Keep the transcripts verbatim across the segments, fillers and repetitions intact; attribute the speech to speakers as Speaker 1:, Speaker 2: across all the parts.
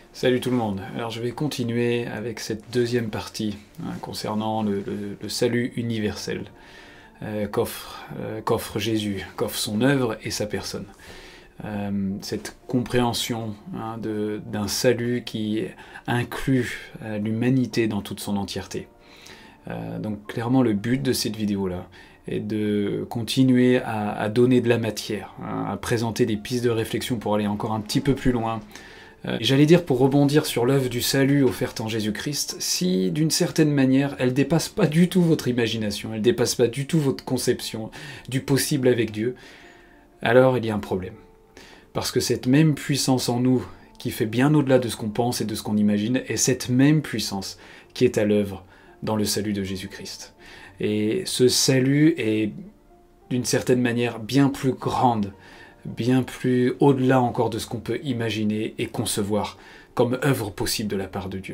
Speaker 1: Salut tout le monde. Alors je vais continuer avec cette deuxième partie hein, concernant le, le- le salut universel euh, qu'offre, euh, qu'offre Jésus, qu'offre son œuvre et sa personne. Euh, cette compréhension hein, de- d'un salut qui inclut euh, l'humanité dans toute son entièreté. Euh, donc clairement le but de cette vidéo-là est de continuer à, à donner de la matière, hein, à présenter des pistes de réflexion pour aller encore un petit peu plus loin. Euh, J'allais dire pour rebondir sur l'œuvre du salut offerte en Jésus-Christ, si d'une certaine manière elle dépasse pas du tout votre imagination, elle dépasse pas du tout votre conception du possible avec Dieu, alors il y a un problème. Parce que cette même puissance en nous, qui fait bien au-delà de ce qu'on pense et de ce qu'on imagine, est cette même puissance qui est à l'œuvre dans le salut de Jésus-Christ. Et ce salut est d'une certaine manière bien plus grande, bien plus au-delà encore de ce qu'on peut imaginer et concevoir comme œuvre possible de la part de Dieu.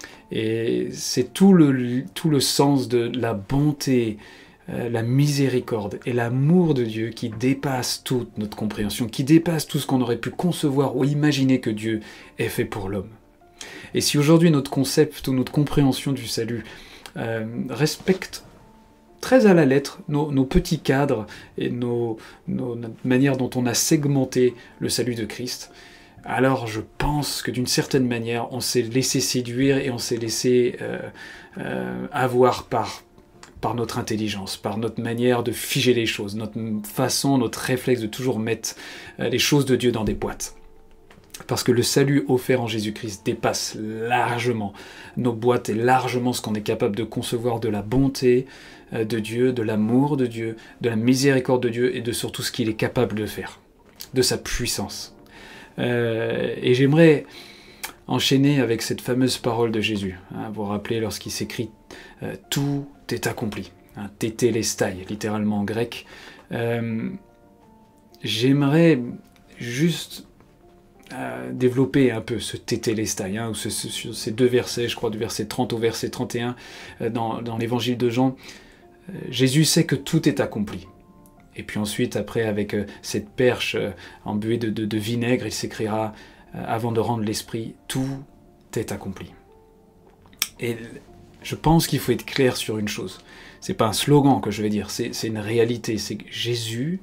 Speaker 1: Et c'est tout le, tout le sens de la bonté, euh, la miséricorde et l'amour de Dieu qui dépasse toute notre compréhension, qui dépasse tout ce qu'on aurait pu concevoir ou imaginer que Dieu ait fait pour l'homme. Et si aujourd'hui notre concept ou notre compréhension du salut euh, respecte très à la lettre nos, nos petits cadres et nos, nos, notre manière dont on a segmenté le salut de Christ, alors je pense que d'une certaine manière, on s'est laissé séduire et on s'est laissé euh, euh, avoir par, par notre intelligence, par notre manière de figer les choses, notre façon, notre réflexe de toujours mettre euh, les choses de Dieu dans des boîtes. Parce que le salut offert en Jésus-Christ dépasse largement nos boîtes et largement ce qu'on est capable de concevoir de la bonté de Dieu, de l'amour de Dieu, de la miséricorde de Dieu et de surtout ce qu'il est capable de faire, de sa puissance. Euh, et j'aimerais enchaîner avec cette fameuse parole de Jésus. Hein, vous vous rappelez lorsqu'il s'écrit euh, « Tout est accompli hein, ». Tétélestai, littéralement en grec. Euh, j'aimerais juste Euh, développer un peu ce tétélestai, hein, ou ce, ce, sur ces deux versets, je crois du verset trente au verset trente et un, euh, dans, dans l'évangile de Jean, euh, Jésus sait que tout est accompli. Et puis ensuite, après, avec euh, cette perche euh, embuée de, de, de vinaigre, il s'écrira, euh, avant de rendre l'esprit, tout est accompli. Et je pense qu'il faut être clair sur une chose. C'est pas un slogan que je vais dire, c'est, c'est une réalité, c'est que Jésus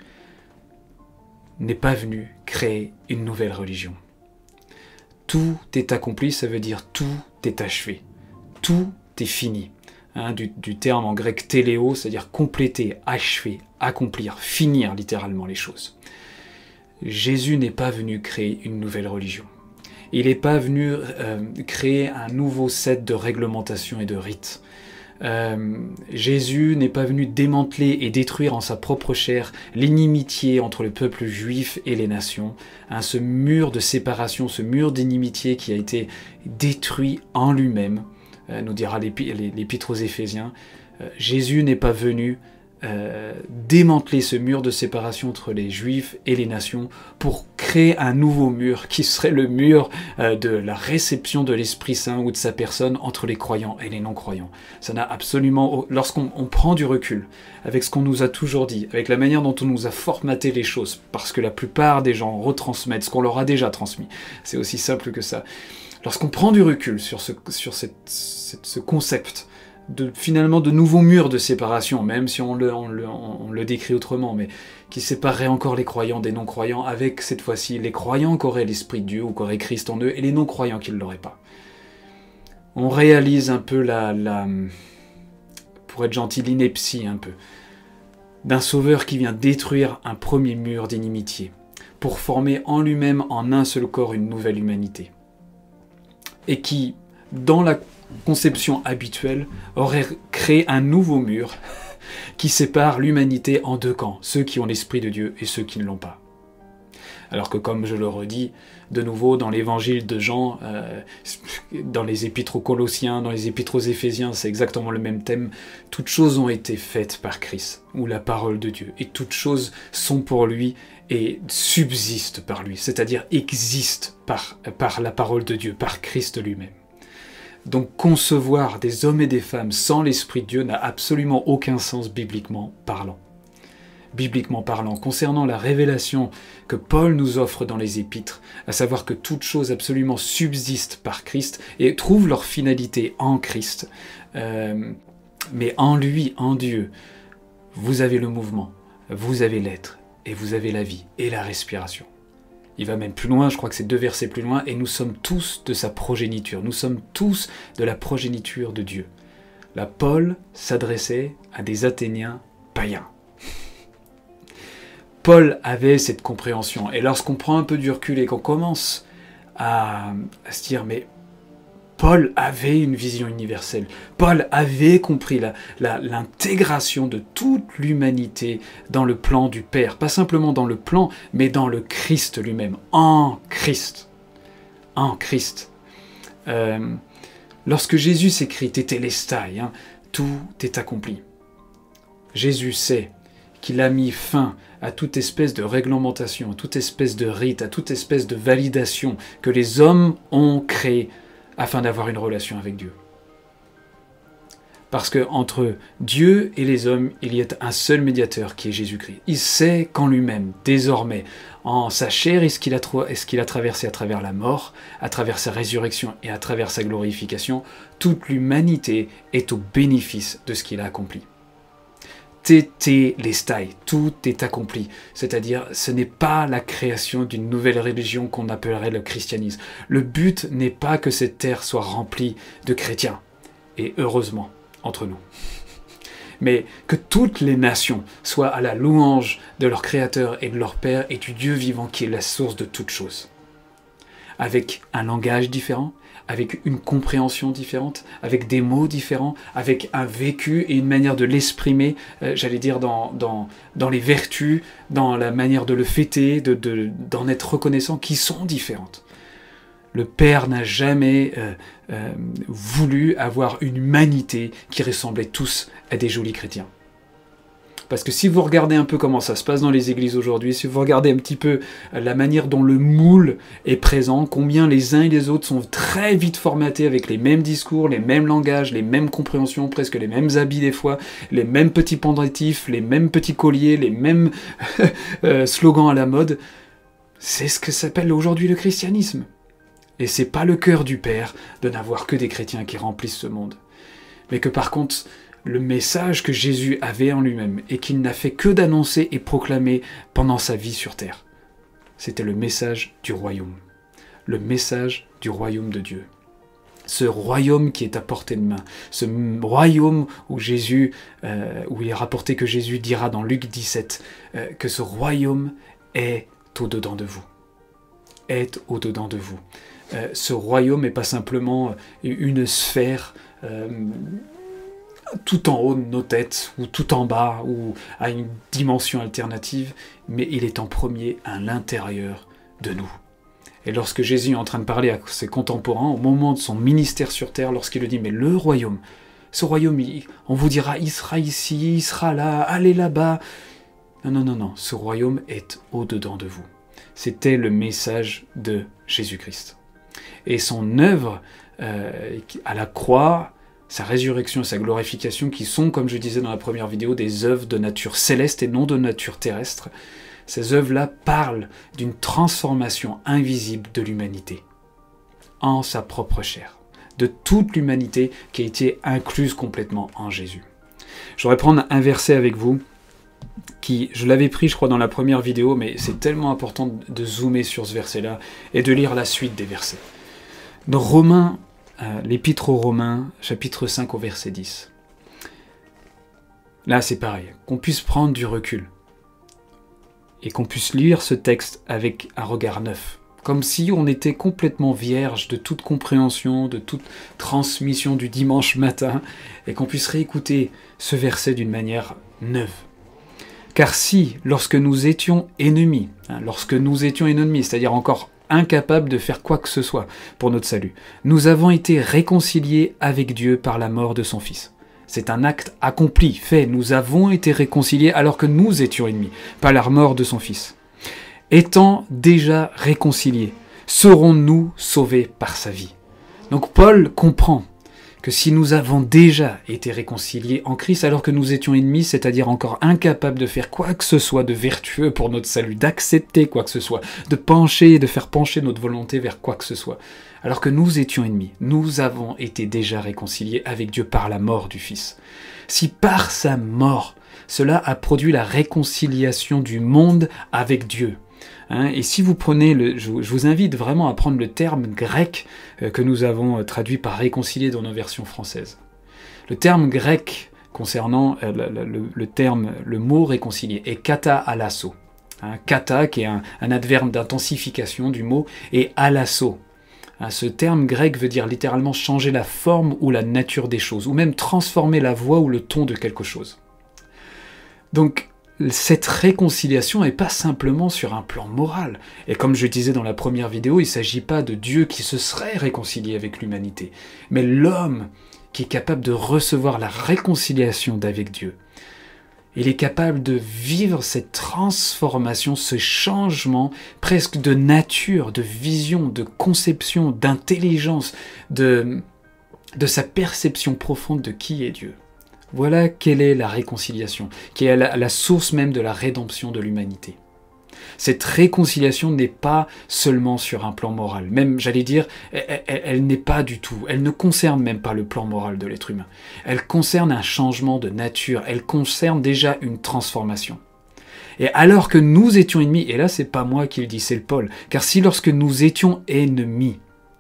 Speaker 1: n'est pas venu créer une nouvelle religion. Tout est accompli, ça veut dire tout est achevé. Tout est fini. Hein, du, du terme en grec téléo, c'est-à-dire compléter, achever, accomplir, finir littéralement les choses. Jésus n'est pas venu créer une nouvelle religion. Il n'est pas venu euh, créer un nouveau set de réglementations et de rites. Euh, Jésus n'est pas venu démanteler et détruire en sa propre chair l'inimitié entre le peuple juif et les nations, hein, ce mur de séparation, ce mur d'inimitié qui a été détruit en lui-même, euh, nous dira l'épi- l'épître aux Éphésiens. Euh, Jésus n'est pas venu euh, démanteler ce mur de séparation entre les juifs et les nations pour créer un nouveau mur qui serait le mur euh, de la réception de l'Esprit Saint ou de sa personne entre les croyants et les non-croyants. Ça n'a absolument... Lorsqu'on on prend du recul avec ce qu'on nous a toujours dit, avec la manière dont on nous a formaté les choses, parce que la plupart des gens retransmettent ce qu'on leur a déjà transmis, c'est aussi simple que ça. Lorsqu'on prend du recul sur ce, sur cette, cette, ce concept de finalement de nouveaux murs de séparation, même si on le, on le, on le décrit autrement, mais qui séparerait encore les croyants des non-croyants, avec cette fois-ci les croyants qui auraient l'Esprit de Dieu ou qui auraient Christ en eux, et les non-croyants qui ne l'auraient pas. On réalise un peu la, la pour être gentil, l'ineptie un peu, d'un sauveur qui vient détruire un premier mur d'inimitié, pour former en lui-même en un seul corps une nouvelle humanité. Et qui, dans la conception habituelle, aurait créé un nouveau mur qui sépare l'humanité en deux camps, ceux qui ont l'Esprit de Dieu et ceux qui ne l'ont pas. Alors que, comme je le redis, de nouveau, dans l'évangile de Jean, euh, dans les épîtres aux Colossiens, dans les épîtres aux Éphésiens, c'est exactement le même thème. Toutes choses ont été faites par Christ, ou la parole de Dieu, et toutes choses sont pour lui et subsistent par lui, c'est-à-dire existent par, par la parole de Dieu, par Christ lui-même. Donc concevoir des hommes et des femmes sans l'Esprit de Dieu n'a absolument aucun sens bibliquement parlant. bibliquement parlant, concernant la révélation que Paul nous offre dans les Épîtres, à savoir que toute chose absolument subsiste par Christ et trouve leur finalité en Christ, euh, mais en lui, en Dieu, vous avez le mouvement, vous avez l'être, et vous avez la vie et la respiration. Il va même plus loin, je crois que c'est deux versets plus loin, et nous sommes tous de sa progéniture, nous sommes tous de la progéniture de Dieu. Là, Paul s'adressait à des Athéniens païens. Paul avait cette compréhension, et lorsqu'on prend un peu du recul et qu'on commence à, à se dire, mais Paul avait une vision universelle, Paul avait compris la, la, l'intégration de toute l'humanité dans le plan du Père, pas simplement dans le plan, mais dans le Christ lui-même, en Christ, en Christ. Euh, lorsque Jésus s'écrit « Tétélestai hein, », tout est accompli. Jésus sait qu'il a mis fin à toute espèce de réglementation, à toute espèce de rite, à toute espèce de validation que les hommes ont créée afin d'avoir une relation avec Dieu. Parce que entre Dieu et les hommes, il y a un seul médiateur qui est Jésus-Christ. Il sait qu'en lui-même, désormais, en sa chair, est-ce qu'il a, est-ce qu'il a traversé à travers la mort, à travers sa résurrection et à travers sa glorification, toute l'humanité est au bénéfice de ce qu'il a accompli. Tétélestai, tout est accompli. C'est-à-dire, ce n'est pas la création d'une nouvelle religion qu'on appellerait le christianisme. Le but n'est pas que cette terre soit remplie de chrétiens, et heureusement, entre nous. Mais que toutes les nations soient à la louange de leur Créateur et de leur Père et du Dieu vivant qui est la source de toutes choses. Avec un langage différent, avec une compréhension différente, avec des mots différents, avec un vécu et une manière de l'exprimer, euh, j'allais dire dans, dans, dans les vertus, dans la manière de le fêter, de, de, d'en être reconnaissant, qui sont différentes. Le Père n'a jamais euh, euh, voulu avoir une humanité qui ressemblait tous à des jolis chrétiens. Parce que si vous regardez un peu comment ça se passe dans les églises aujourd'hui, si vous regardez un petit peu la manière dont le moule est présent, combien les uns et les autres sont très vite formatés avec les mêmes discours, les mêmes langages, les mêmes compréhensions, presque les mêmes habits des fois, les mêmes petits pendentifs, les mêmes petits colliers, les mêmes euh, slogans à la mode, c'est ce que s'appelle aujourd'hui le christianisme. Et c'est pas le cœur du Père de n'avoir que des chrétiens qui remplissent ce monde. Mais que par contre, le message que Jésus avait en lui-même et qu'il n'a fait que d'annoncer et proclamer pendant sa vie sur terre, c'était le message du royaume. Le message du royaume de Dieu. Ce royaume qui est à portée de main. Ce royaume où Jésus, euh, où il est rapporté que Jésus dira dans Luc dix-sept euh, que ce royaume est au-dedans de vous. Est au-dedans de vous. Euh, ce royaume n'est pas simplement une sphère euh, tout en haut de nos têtes, ou tout en bas, ou à une dimension alternative, mais il est en premier à l'intérieur de nous. Et lorsque Jésus est en train de parler à ses contemporains, au moment de son ministère sur terre, lorsqu'il le dit, mais le royaume, ce royaume, il, on vous dira, il sera ici, il sera là, allez là-bas. Non, non, non, non, ce royaume est au-dedans de vous. C'était le message de Jésus-Christ. Et son œuvre euh, à la croix, sa résurrection et sa glorification, qui sont, comme je disais dans la première vidéo, des œuvres de nature céleste et non de nature terrestre, ces œuvres-là parlent d'une transformation invisible de l'humanité, en sa propre chair, de toute l'humanité qui a été incluse complètement en Jésus. Je voudrais prendre un verset avec vous, qui, je l'avais pris je crois dans la première vidéo, mais c'est tellement important de zoomer sur ce verset-là et de lire la suite des versets. Dans Romains, euh, l'Épître aux Romains, chapitre cinq au verset dix. Là c'est pareil, qu'on puisse prendre du recul et qu'on puisse lire ce texte avec un regard neuf, comme si on était complètement vierge de toute compréhension, de toute transmission du dimanche matin, et qu'on puisse réécouter ce verset d'une manière neuve. Car si, lorsque nous étions ennemis, hein, lorsque nous étions ennemis, c'est-à-dire encore incapables de faire quoi que ce soit pour notre salut, nous avons été réconciliés avec Dieu par la mort de son Fils. C'est un acte accompli, fait, nous avons été réconciliés alors que nous étions ennemis, par la mort de son Fils. Étant déjà réconciliés, serons-nous sauvés par sa vie? Donc Paul comprend que si nous avons déjà été réconciliés en Christ alors que nous étions ennemis, c'est-à-dire encore incapables de faire quoi que ce soit de vertueux pour notre salut, d'accepter quoi que ce soit, de pencher, de faire pencher notre volonté vers quoi que ce soit, alors que nous étions ennemis, nous avons été déjà réconciliés avec Dieu par la mort du Fils. Si par sa mort, cela a produit la réconciliation du monde avec Dieu, Hein, et si vous prenez, le, je, je vous invite vraiment à prendre le terme grec euh, que nous avons euh, traduit par réconcilier dans nos versions françaises. Le terme grec concernant euh, le, le, le terme, le mot réconcilier est kata alasso. Hein, kata qui est un, un adverbe d'intensification du mot et alasso. Hein, ce terme grec veut dire littéralement changer la forme ou la nature des choses, ou même transformer la voix ou le ton de quelque chose. Donc, cette réconciliation n'est pas simplement sur un plan moral. Et comme je disais dans la première vidéo, il ne s'agit pas de Dieu qui se serait réconcilié avec l'humanité, mais l'homme qui est capable de recevoir la réconciliation d'avec Dieu. Il est capable de vivre cette transformation, ce changement presque de nature, de vision, de conception, d'intelligence, de, de sa perception profonde de qui est Dieu. Voilà quelle est la réconciliation, qui est la, la source même de la rédemption de l'humanité. Cette réconciliation n'est pas seulement sur un plan moral, même, j'allais dire, elle, elle, elle n'est pas du tout, elle ne concerne même pas le plan moral de l'être humain. Elle concerne un changement de nature, elle concerne déjà une transformation. Et alors que nous étions ennemis, et là c'est pas moi qui le dis, c'est le Paul, car si lorsque nous étions ennemis,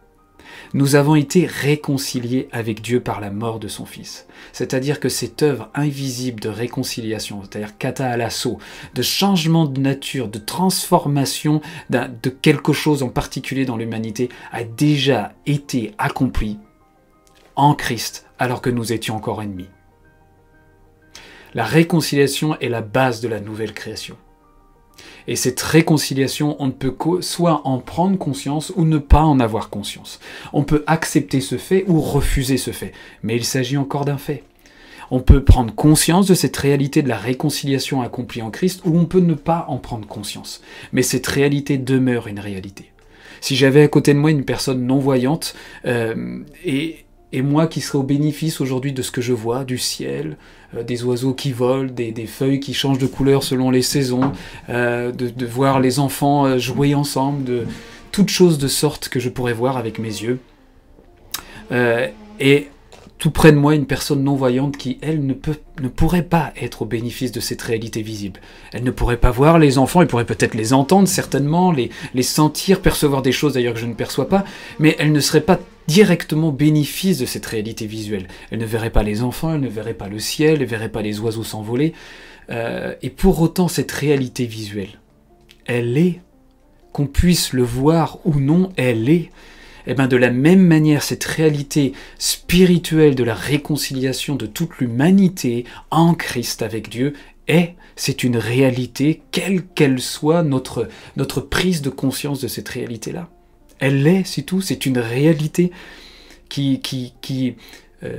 Speaker 1: nous avons été réconciliés avec Dieu par la mort de son Fils. C'est-à-dire que cette œuvre invisible de réconciliation, c'est-à-dire kata alasso, de changement de nature, de transformation de quelque chose en particulier dans l'humanité, a déjà été accomplie en Christ alors que nous étions encore ennemis. La réconciliation est la base de la nouvelle création. Et cette réconciliation, on ne peut soit en prendre conscience ou ne pas en avoir conscience. On peut accepter ce fait ou refuser ce fait, mais il s'agit encore d'un fait. On peut prendre conscience de cette réalité de la réconciliation accomplie en Christ ou on peut ne pas en prendre conscience. Mais cette réalité demeure une réalité. Si j'avais à côté de moi une personne non-voyante euh, et... Et moi qui serais au bénéfice aujourd'hui de ce que je vois, du ciel, euh, des oiseaux qui volent, des, des feuilles qui changent de couleur selon les saisons, euh, de, de voir les enfants euh, jouer ensemble, de toutes choses de sorte que je pourrais voir avec mes yeux. Euh, et tout près de moi, une personne non-voyante qui, elle, ne, peut, ne pourrait pas être au bénéfice de cette réalité visible. Elle ne pourrait pas voir les enfants, elle pourrait peut-être les entendre, certainement, les, les sentir, percevoir des choses d'ailleurs que je ne perçois pas, mais elle ne serait pas directement bénéfice de cette réalité visuelle. Elle ne verrait pas les enfants, elle ne verrait pas le ciel, elle ne verrait pas les oiseaux s'envoler. Euh, et pour autant, cette réalité visuelle, elle est, qu'on puisse le voir ou non, elle est. Et bien de la même manière, cette réalité spirituelle de la réconciliation de toute l'humanité en Christ avec Dieu est, c'est une réalité, quelle qu'elle soit, notre, notre prise de conscience de cette réalité-là. Elle l'est, c'est tout, c'est une réalité qui, qui, qui, euh,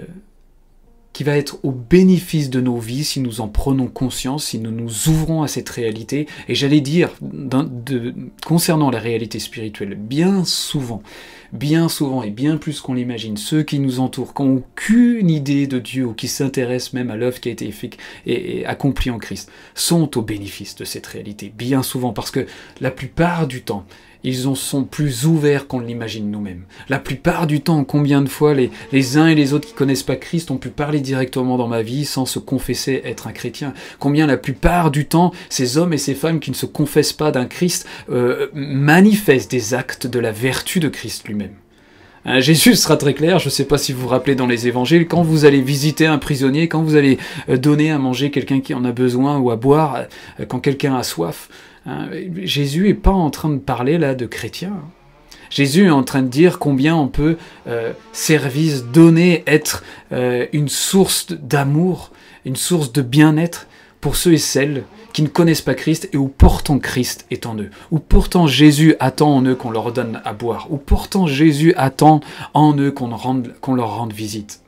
Speaker 1: qui va être au bénéfice de nos vies si nous en prenons conscience, si nous nous ouvrons à cette réalité. Et j'allais dire, de, concernant la réalité spirituelle, bien souvent, bien souvent et bien plus qu'on l'imagine, ceux qui nous entourent, qui n'ont aucune idée de Dieu ou qui s'intéressent même à l'œuvre qui a été fait et, et accomplie en Christ, sont au bénéfice de cette réalité, bien souvent, parce que la plupart du temps, ils en sont plus ouverts qu'on l'imagine nous-mêmes. La plupart du temps, combien de fois les, les uns et les autres qui ne connaissent pas Christ ont pu parler directement dans ma vie sans se confesser être un chrétien. Combien la plupart du temps, ces hommes et ces femmes qui ne se confessent pas d'un Christ euh, manifestent des actes de la vertu de Christ lui-même. Hein, Jésus sera très clair, je ne sais pas si vous vous rappelez dans les évangiles, quand vous allez visiter un prisonnier, quand vous allez donner à manger quelqu'un qui en a besoin ou à boire, quand quelqu'un a soif, hein, Jésus n'est pas en train de parler là de chrétiens. Jésus est en train de dire combien on peut euh, servir, donner, être euh, une source d'amour, une source de bien-être pour ceux et celles qui ne connaissent pas Christ et où pourtant Christ est en eux, où pourtant Jésus attend en eux qu'on leur donne à boire, où pourtant Jésus attend en eux qu'on rende, qu'on leur rende visite.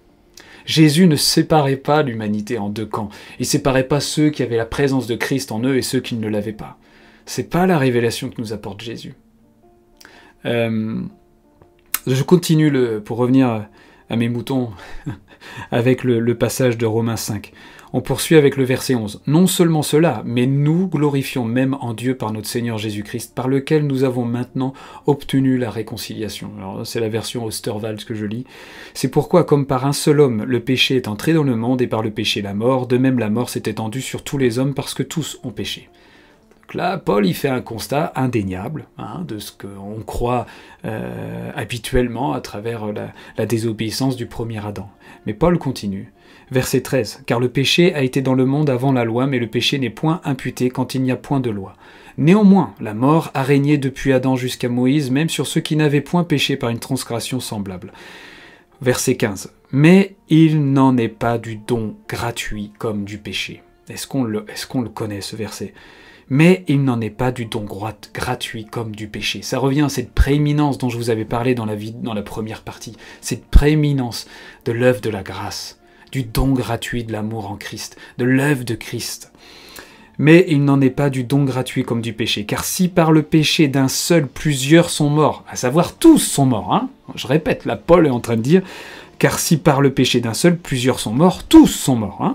Speaker 1: Jésus ne séparait pas l'humanité en deux camps, il ne séparait pas ceux qui avaient la présence de Christ en eux et ceux qui ne l'avaient pas. C'est pas la révélation que nous apporte Jésus. Euh, je continue le, pour revenir à mes moutons avec le, le passage de Romains cinq. On poursuit avec le verset onze. « Non seulement cela, mais nous glorifions même en Dieu par notre Seigneur Jésus-Christ, par lequel nous avons maintenant obtenu la réconciliation. » Alors c'est la version Osterwald que je lis. « C'est pourquoi, comme par un seul homme, le péché est entré dans le monde, et par le péché la mort, de même la mort s'est étendue sur tous les hommes, parce que tous ont péché. » Donc là, Paul il fait un constat indéniable hein, de ce qu'on croit euh, habituellement à travers la, la désobéissance du premier Adam. Mais Paul continue. Verset treize. « Car le péché a été dans le monde avant la loi, mais le péché n'est point imputé quand il n'y a point de loi. Néanmoins, la mort a régné depuis Adam jusqu'à Moïse, même sur ceux qui n'avaient point péché par une transgression semblable. » Verset quinze. « Mais il n'en est pas du don gratuit comme du péché. » Est-ce qu'on le, est-ce qu'on le connaît, ce verset ? Mais il n'en est pas du don gratuit comme du péché. Ça revient à cette prééminence dont je vous avais parlé dans la, vie, dans la première partie, cette prééminence de l'œuvre de la grâce, du don gratuit de l'amour en Christ, de l'œuvre de Christ. Mais il n'en est pas du don gratuit comme du péché, car si par le péché d'un seul plusieurs sont morts, à savoir tous sont morts, hein, je répète, là Paul est en train de dire, car si par le péché d'un seul plusieurs sont morts, tous sont morts, hein.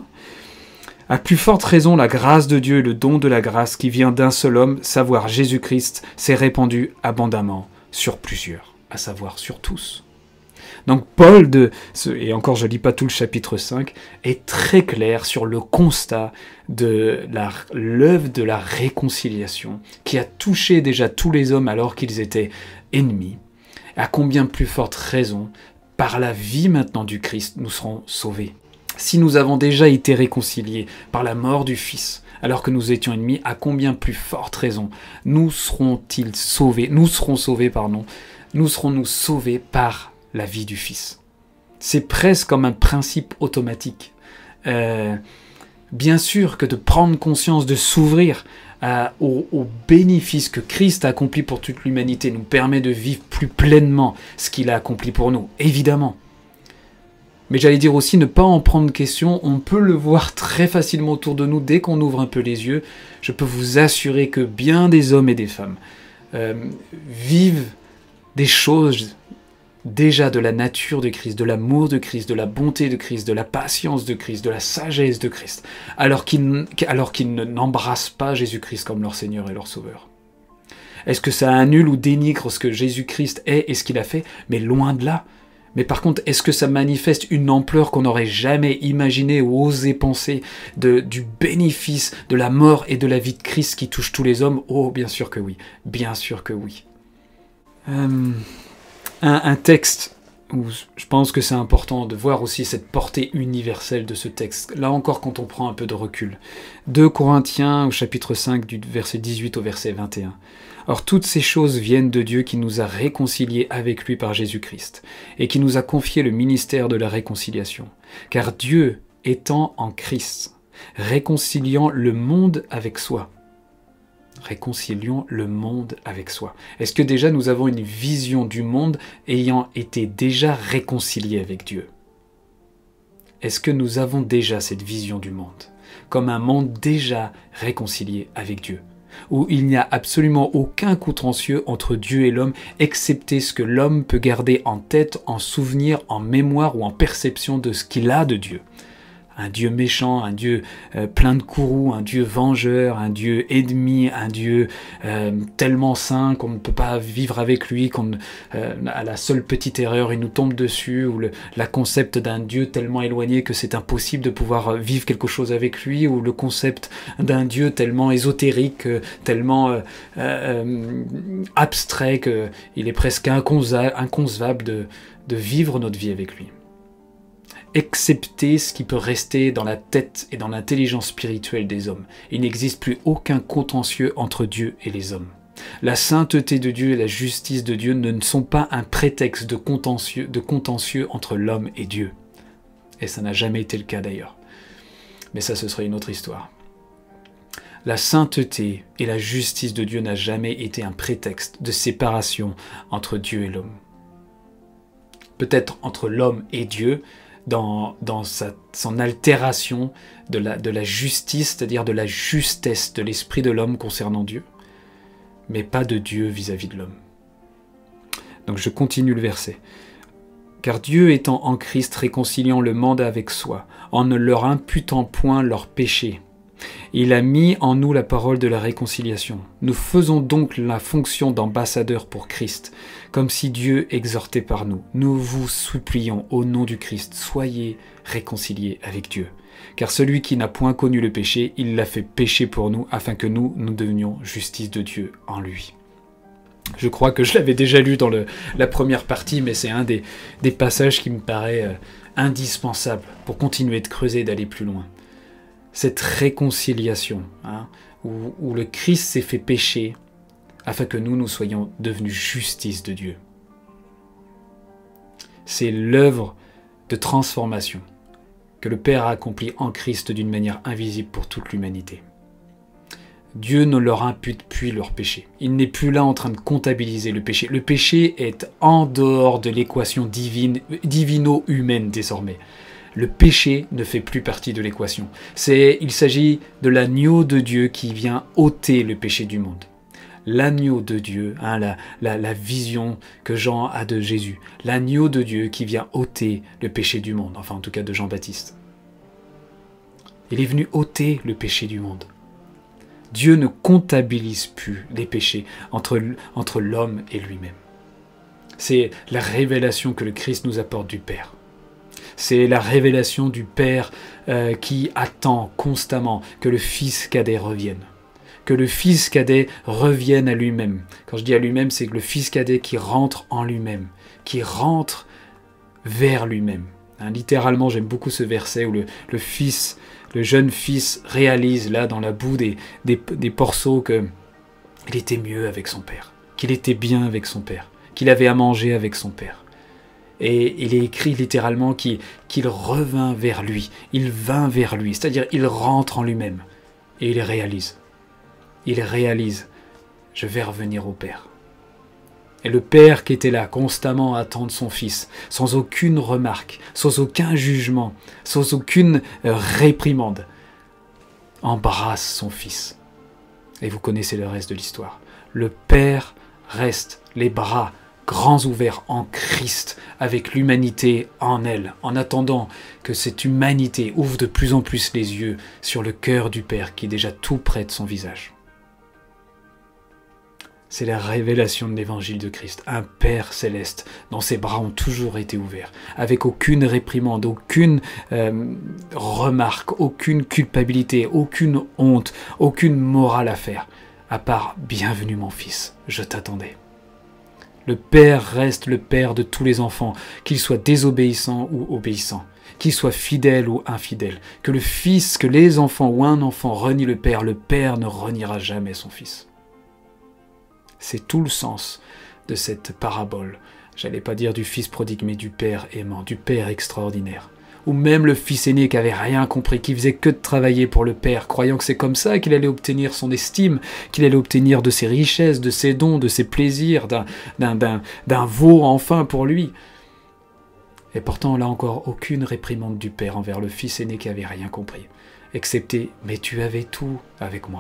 Speaker 1: À plus forte raison, la grâce de Dieu et le don de la grâce qui vient d'un seul homme, savoir Jésus-Christ, s'est répandu abondamment sur plusieurs, à savoir sur tous. Donc Paul, de, et encore je ne lis pas tout le chapitre cinq, est très clair sur le constat de la, l'œuvre de la réconciliation qui a touché déjà tous les hommes alors qu'ils étaient ennemis. À combien plus forte raison, par la vie maintenant du Christ, nous serons sauvés. Si nous avons déjà été réconciliés par la mort du Fils, alors que nous étions ennemis, à combien plus forte raison nous serons-ils sauvés, nous serons sauvés, pardon, nous serons-nous sauvés par la vie du Fils. C'est presque comme un principe automatique. Euh, bien sûr que de prendre conscience, de s'ouvrir à, aux, aux bénéfices que Christ a accomplis pour toute l'humanité nous permet de vivre plus pleinement ce qu'il a accompli pour nous, évidemment. Mais j'allais dire aussi, ne pas en prendre question, on peut le voir très facilement autour de nous dès qu'on ouvre un peu les yeux. Je peux vous assurer que bien des hommes et des femmes euh, vivent des choses déjà de la nature de Christ, de l'amour de Christ, de la bonté de Christ, de la patience de Christ, de la sagesse de Christ, alors qu'ils, alors qu'ils n'embrassent pas Jésus-Christ comme leur Seigneur et leur Sauveur. Est-ce que ça annule ou dénigre ce que Jésus-Christ est et ce qu'il a fait? Mais loin de là. Mais par contre, est-ce que ça manifeste une ampleur qu'on n'aurait jamais imaginée ou osé penser de, du bénéfice de la mort et de la vie de Christ qui touche tous les hommes? Oh, bien sûr que oui. Bien sûr que oui. Euh, un, un texte où je pense que c'est important de voir aussi cette portée universelle de ce texte. Là encore, quand on prend un peu de recul. deux Corinthiens, au chapitre cinq, du verset dix-huit au verset vingt et un. Or, toutes ces choses viennent de Dieu qui nous a réconciliés avec lui par Jésus-Christ, et qui nous a confié le ministère de la réconciliation. Car Dieu, étant en Christ, réconciliant le monde avec soi. Réconcilions le monde avec soi. Est-ce que déjà nous avons une vision du monde ayant été déjà réconcilié avec Dieu? Est-ce que nous avons déjà cette vision du monde, comme un monde déjà réconcilié avec Dieu, où il n'y a absolument aucun contentieux entre Dieu et l'homme, excepté ce que l'homme peut garder en tête, en souvenir, en mémoire ou en perception de ce qu'il a de Dieu. Un Dieu méchant, un Dieu euh, plein de courroux, un Dieu vengeur, un Dieu ennemi, un Dieu euh, tellement saint qu'on ne peut pas vivre avec lui, qu'on euh, à la seule petite erreur il nous tombe dessus, ou le la concept d'un Dieu tellement éloigné que c'est impossible de pouvoir vivre quelque chose avec lui, ou le concept d'un Dieu tellement ésotérique, tellement euh, euh, abstrait qu'il est presque inconcevable de, de vivre notre vie avec lui. Excepté ce qui peut rester dans la tête et dans l'intelligence spirituelle des hommes. Il n'existe plus aucun contentieux entre Dieu et les hommes. La sainteté de Dieu et la justice de Dieu ne sont pas un prétexte de contentieux, de contentieux entre l'homme et Dieu. Et ça n'a jamais été le cas d'ailleurs. Mais ça, ce serait une autre histoire. La sainteté et la justice de Dieu n'a jamais été un prétexte de séparation entre Dieu et l'homme. Peut-être entre l'homme et Dieu, dans, dans sa, son altération de la, de la justice, c'est-à-dire de la justesse de l'esprit de l'homme concernant Dieu, mais pas de Dieu vis-à-vis de l'homme. Donc je continue le verset. Car Dieu étant en Christ réconciliant le monde avec soi, en ne leur imputant point leurs péchés, il a mis en nous la parole de la réconciliation. Nous faisons donc la fonction d'ambassadeur pour Christ, comme si Dieu exhortait par nous. Nous vous supplions au nom du Christ, soyez réconciliés avec Dieu. Car celui qui n'a point connu le péché, il l'a fait pécher pour nous, afin que nous, nous devenions justice de Dieu en lui. Je crois que je l'avais déjà lu dans le, la première partie, mais c'est un des, des passages qui me paraît euh, indispensable pour continuer de creuser et d'aller plus loin. Cette réconciliation, hein, où, où le Christ s'est fait pécher, afin que nous, nous soyons devenus justice de Dieu. C'est l'œuvre de transformation que le Père a accomplie en Christ d'une manière invisible pour toute l'humanité. Dieu ne leur impute plus leur péché. Il n'est plus là en train de comptabiliser le péché. Le péché est en dehors de l'équation divine, divino-humaine désormais. Le péché ne fait plus partie de l'équation. C'est, il s'agit de l'agneau de Dieu qui vient ôter le péché du monde. L'agneau de Dieu, hein, la, la, la vision que Jean a de Jésus. L'agneau de Dieu qui vient ôter le péché du monde, enfin en tout cas de Jean-Baptiste. Il est venu ôter le péché du monde. Dieu ne comptabilise plus les péchés entre, entre l'homme et lui-même. C'est la révélation que le Christ nous apporte du Père. C'est la révélation du Père euh, qui attend constamment que le Fils cadet revienne. Que le Fils cadet revienne à lui-même. Quand je dis à lui-même, c'est que le Fils cadet qui rentre en lui-même, qui rentre vers lui-même. Hein, littéralement, j'aime beaucoup ce verset où le, le Fils... Le jeune fils réalise là dans la boue des, des, des porceaux qu'il était mieux avec son père, qu'il était bien avec son père, qu'il avait à manger avec son père. Et il est écrit littéralement qu'il, qu'il revint vers lui, il vint vers lui, c'est-à-dire il rentre en lui-même et il réalise. Il réalise, je vais revenir au Père. Et le Père qui était là constamment à attendre son Fils, sans aucune remarque, sans aucun jugement, sans aucune réprimande, embrasse son Fils. Et vous connaissez le reste de l'histoire. Le Père reste les bras grands ouverts en Christ, avec l'humanité en elle, en attendant que cette humanité ouvre de plus en plus les yeux sur le cœur du Père qui est déjà tout près de son visage. C'est la révélation de l'évangile de Christ, un Père céleste dont ses bras ont toujours été ouverts, avec aucune réprimande, aucune euh, remarque, aucune culpabilité, aucune honte, aucune morale à faire, à part « Bienvenue mon fils, je t'attendais ». Le Père reste le Père de tous les enfants, qu'ils soient désobéissants ou obéissants, qu'ils soient fidèles ou infidèles, que le Fils, que les enfants ou un enfant renie le Père, le Père ne reniera jamais son Fils. C'est tout le sens de cette parabole. J'allais pas dire du fils prodigue, mais du père aimant, du père extraordinaire. Ou même le fils aîné qui avait rien compris, qui faisait que de travailler pour le père, croyant que c'est comme ça qu'il allait obtenir son estime, qu'il allait obtenir de ses richesses, de ses dons, de ses plaisirs, d'un, d'un, d'un, d'un veau enfin pour lui. Et pourtant, là encore, aucune réprimande du père envers le fils aîné qui avait rien compris, excepté « mais tu avais tout avec moi ».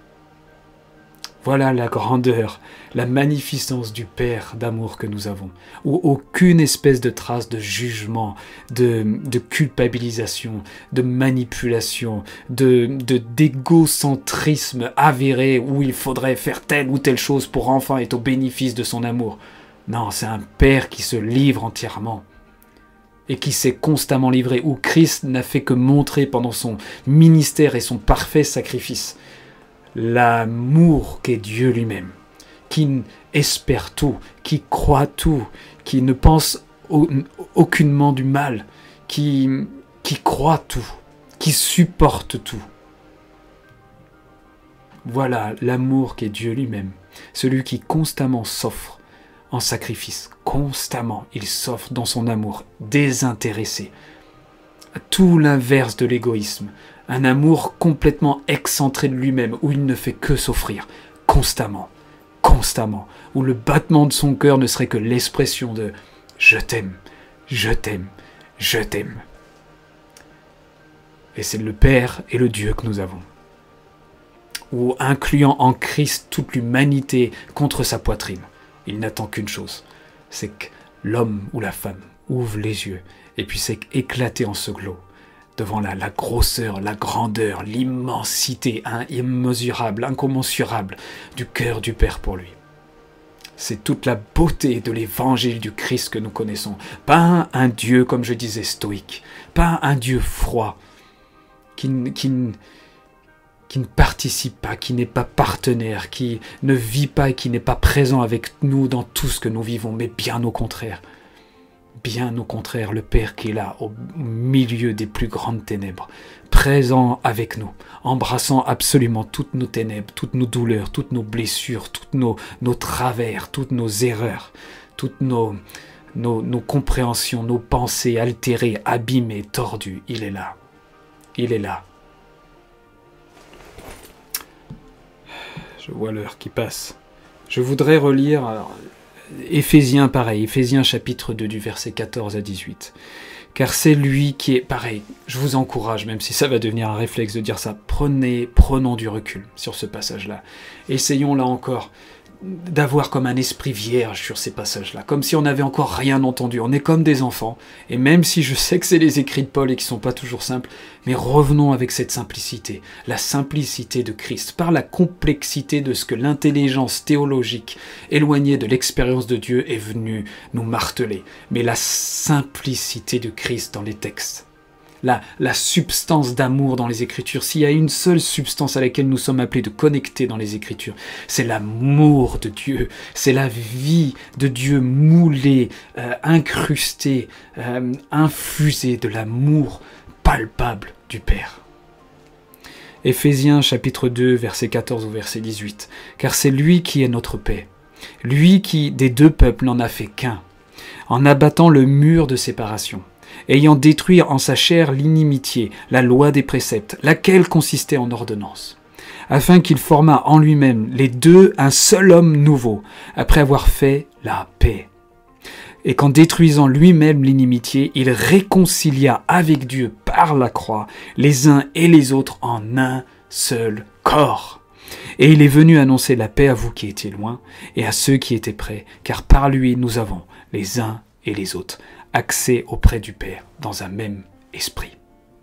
Speaker 1: Voilà la grandeur, la magnificence du Père d'amour que nous avons, où aucune espèce de trace de jugement, de, de culpabilisation, de manipulation, de, de, d'égocentrisme avéré, où il faudrait faire telle ou telle chose pour enfin être au bénéfice de son amour. Non, c'est un Père qui se livre entièrement et qui s'est constamment livré, où Christ n'a fait que montrer pendant son ministère et son parfait sacrifice l'amour qu'est Dieu lui-même, qui espère tout, qui croit tout, qui ne pense au, aucunement du mal, qui, qui croit tout, qui supporte tout. Voilà l'amour qu'est Dieu lui-même, celui qui constamment s'offre en sacrifice, constamment il s'offre dans son amour désintéressé, à tout l'inverse de l'égoïsme. Un amour complètement excentré de lui-même, où il ne fait que s'offrir, constamment, constamment, où le battement de son cœur ne serait que l'expression de « je t'aime, je t'aime, je t'aime ». Et c'est le Père et le Dieu que nous avons, où incluant en Christ toute l'humanité contre sa poitrine, il n'attend qu'une chose, c'est que l'homme ou la femme, ouvre les yeux et puisse éclater en sanglots devant la, la grosseur, la grandeur, l'immensité hein, immesurable, incommensurable du cœur du Père pour lui. C'est toute la beauté de l'évangile du Christ que nous connaissons. Pas un Dieu, comme je disais, stoïque. Pas un Dieu froid, qui, qui, qui ne participe pas, qui n'est pas partenaire, qui ne vit pas et qui n'est pas présent avec nous dans tout ce que nous vivons, mais bien au contraire. Bien au contraire, le Père qui est là, au milieu des plus grandes ténèbres, présent avec nous, embrassant absolument toutes nos ténèbres, toutes nos douleurs, toutes nos blessures, toutes nos, nos travers, toutes nos erreurs, toutes nos, nos, nos compréhensions, nos pensées altérées, abîmées, tordues. Il est là. Il est là. Je vois l'heure qui passe. Je voudrais relire... Alors, Éphésiens, pareil, Éphésiens chapitre deux, du verset quatorze à dix-huit. Car c'est lui qui est... Pareil, je vous encourage, même si ça va devenir un réflexe de dire ça, prenez, prenons du recul sur ce passage-là. Essayons là encore d'avoir comme un esprit vierge sur ces passages-là, comme si on n'avait encore rien entendu. On est comme des enfants, et même si je sais que c'est les écrits de Paul et qui ne sont pas toujours simples, mais revenons avec cette simplicité, la simplicité de Christ, par la complexité de ce que l'intelligence théologique éloignée de l'expérience de Dieu est venue nous marteler, mais la simplicité de Christ dans les textes. La, la substance d'amour dans les Écritures. S'il y a une seule substance à laquelle nous sommes appelés de connecter dans les Écritures, c'est l'amour de Dieu, c'est la vie de Dieu moulée, euh, incrustée, euh, infusée de l'amour palpable du Père. Éphésiens chapitre deux, verset quatorze au verset dix-huit. Car c'est lui qui est notre paix, lui qui des deux peuples n'en a fait qu'un, en abattant le mur de séparation, ayant détruit en sa chair l'inimitié, la loi des préceptes, laquelle consistait en ordonnances, afin qu'il formât en lui-même les deux un seul homme nouveau, après avoir fait la paix. Et qu'en détruisant lui-même l'inimitié, il réconcilia avec Dieu par la croix les uns et les autres en un seul corps. Et il est venu annoncer la paix à vous qui étiez loin et à ceux qui étaient près, car par lui nous avons, les uns et les autres, accès auprès du Père dans un même esprit.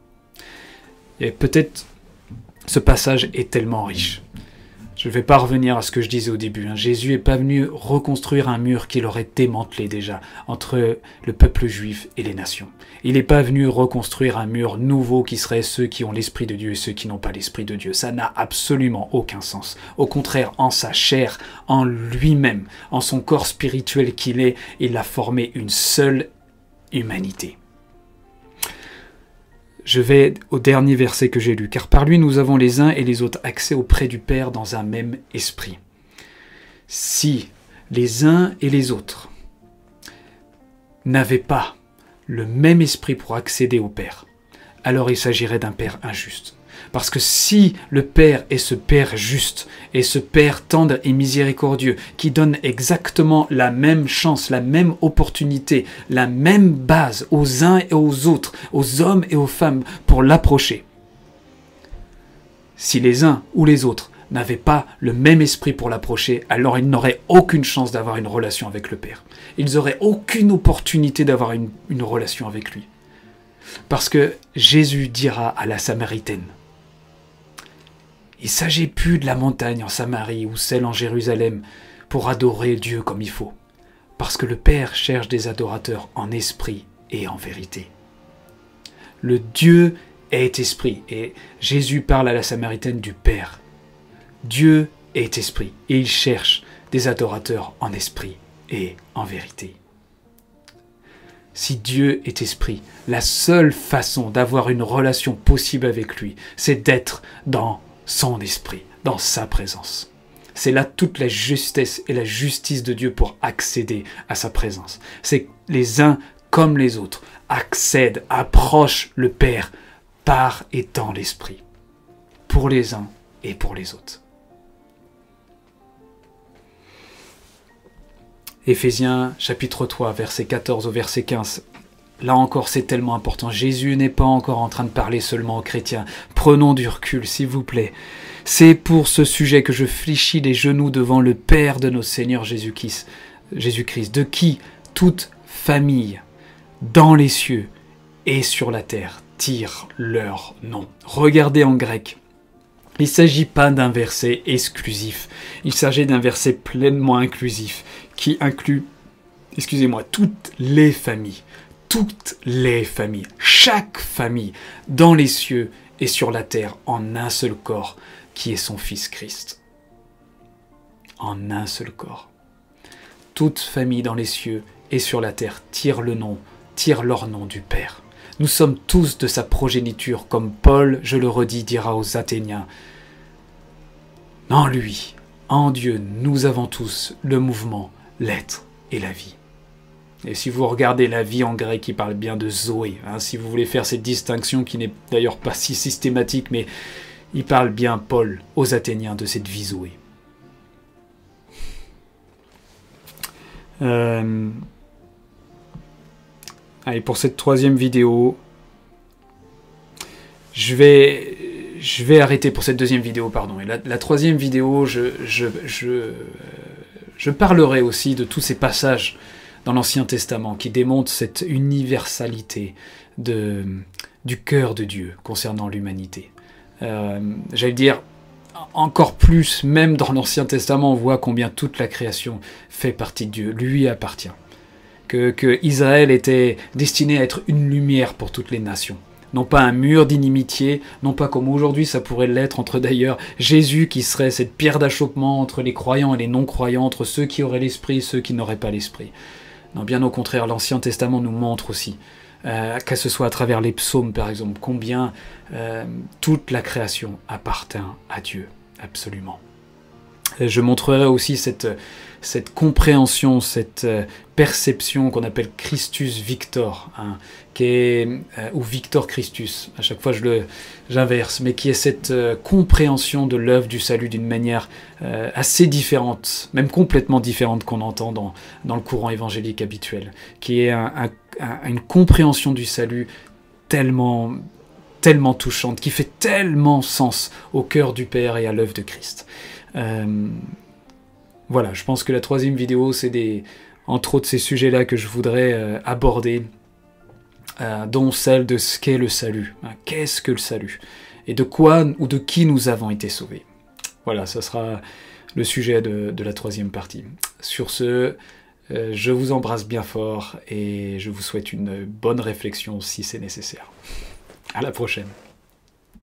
Speaker 1: Et peut-être ce passage est tellement riche. Je ne vais pas revenir à ce que je disais au début. Hein. Jésus n'est pas venu reconstruire un mur qu'il aurait démantelé déjà entre le peuple juif et les nations. Il n'est pas venu reconstruire un mur nouveau qui serait ceux qui ont l'Esprit de Dieu et ceux qui n'ont pas l'Esprit de Dieu. Ça n'a absolument aucun sens. Au contraire, en sa chair, en lui-même, en son corps spirituel qu'il est, il a formé une seule humanité. Je vais au dernier verset que j'ai lu. Car par lui nous avons les uns et les autres accès auprès du Père dans un même esprit. Si les uns et les autres n'avaient pas le même esprit pour accéder au Père, alors il s'agirait d'un Père injuste. Parce que si le Père est ce Père juste, et ce Père tendre et miséricordieux, qui donne exactement la même chance, la même opportunité, la même base aux uns et aux autres, aux hommes et aux femmes, pour l'approcher, si les uns ou les autres n'avaient pas le même esprit pour l'approcher, alors ils n'auraient aucune chance d'avoir une relation avec le Père. Ils n'auraient aucune opportunité d'avoir une, une relation avec lui. Parce que Jésus dira à la Samaritaine, il ne s'agit plus de la montagne en Samarie ou celle en Jérusalem pour adorer Dieu comme il faut, parce que le Père cherche des adorateurs en esprit et en vérité. Le Dieu est esprit, et Jésus parle à la Samaritaine du Père. Dieu est esprit, et il cherche des adorateurs en esprit et en vérité. Si Dieu est esprit, la seule façon d'avoir une relation possible avec lui, c'est d'être dans son esprit, dans sa présence. C'est là toute la justesse et la justice de Dieu pour accéder à sa présence. C'est que les uns comme les autres accèdent, approchent le Père par et dans l'esprit, pour les uns et pour les autres. Éphésiens chapitre trois, verset quatorze au verset quinze. Là encore, c'est tellement important. Jésus n'est pas encore en train de parler seulement aux chrétiens. Prenons du recul, s'il vous plaît. C'est pour ce sujet que je fléchis les genoux devant le Père de notre Seigneur Jésus-Christ, Jésus-Christ, de qui toute famille dans les cieux et sur la terre tirent leur nom. Regardez en grec. Il ne s'agit pas d'un verset exclusif, il s'agit d'un verset pleinement inclusif qui inclut, excusez-moi, toutes les familles, toutes les familles, chaque famille, dans les cieux et sur la terre, en un seul corps, qui est son Fils Christ. En un seul corps. Toute famille dans les cieux et sur la terre tire le nom, tire leur nom du Père. Nous sommes tous de sa progéniture, comme Paul, je le redis, dira aux Athéniens. En lui, en Dieu, nous avons tous le mouvement, l'être et la vie. Et si vous regardez la vie en grec, il parle bien de Zoé. Hein, si vous voulez faire cette distinction qui n'est d'ailleurs pas si systématique, mais il parle bien, Paul, aux Athéniens, de cette vie Zoé. Euh... Allez, pour cette troisième vidéo, je vais, je vais arrêter pour cette deuxième vidéo, pardon. Et la, la troisième vidéo, je, je, je, je parlerai aussi de tous ces passages dans l'Ancien Testament qui démontrent cette universalité de, du cœur de Dieu concernant l'humanité. Euh, J'allais dire, encore plus, même dans l'Ancien Testament, on voit combien toute la création fait partie de Dieu, lui appartient. Que, que Israël était destiné à être une lumière pour toutes les nations. Non pas un mur d'inimitié, non pas comme aujourd'hui ça pourrait l'être entre d'ailleurs Jésus qui serait cette pierre d'achoppement entre les croyants et les non-croyants, entre ceux qui auraient l'esprit et ceux qui n'auraient pas l'esprit. Non, bien au contraire, l'Ancien Testament nous montre aussi, euh, que ce soit à travers les psaumes par exemple, combien euh, toute la création appartient à Dieu, absolument. Et je montrerai aussi cette, cette compréhension, cette euh, perception qu'on appelle Christus Victor, hein, qui est, euh, ou Victor Christus, à chaque fois je le, j'inverse, mais qui est cette euh, compréhension de l'œuvre du salut d'une manière euh, assez différente, même complètement différente qu'on entend dans, dans le courant évangélique habituel, qui est un, un, un, une compréhension du salut tellement, tellement touchante, qui fait tellement sens au cœur du Père et à l'œuvre de Christ. Euh, voilà, je pense que la troisième vidéo, c'est des, entre autres ces sujets-là que je voudrais euh, aborder, euh, dont celle de ce qu'est le salut. Hein, qu'est-ce que le salut? Et de quoi ou de qui nous avons été sauvés. Voilà, ça sera le sujet de, de la troisième partie. Sur ce, euh, je vous embrasse bien fort et je vous souhaite une bonne réflexion si c'est nécessaire. À la prochaine.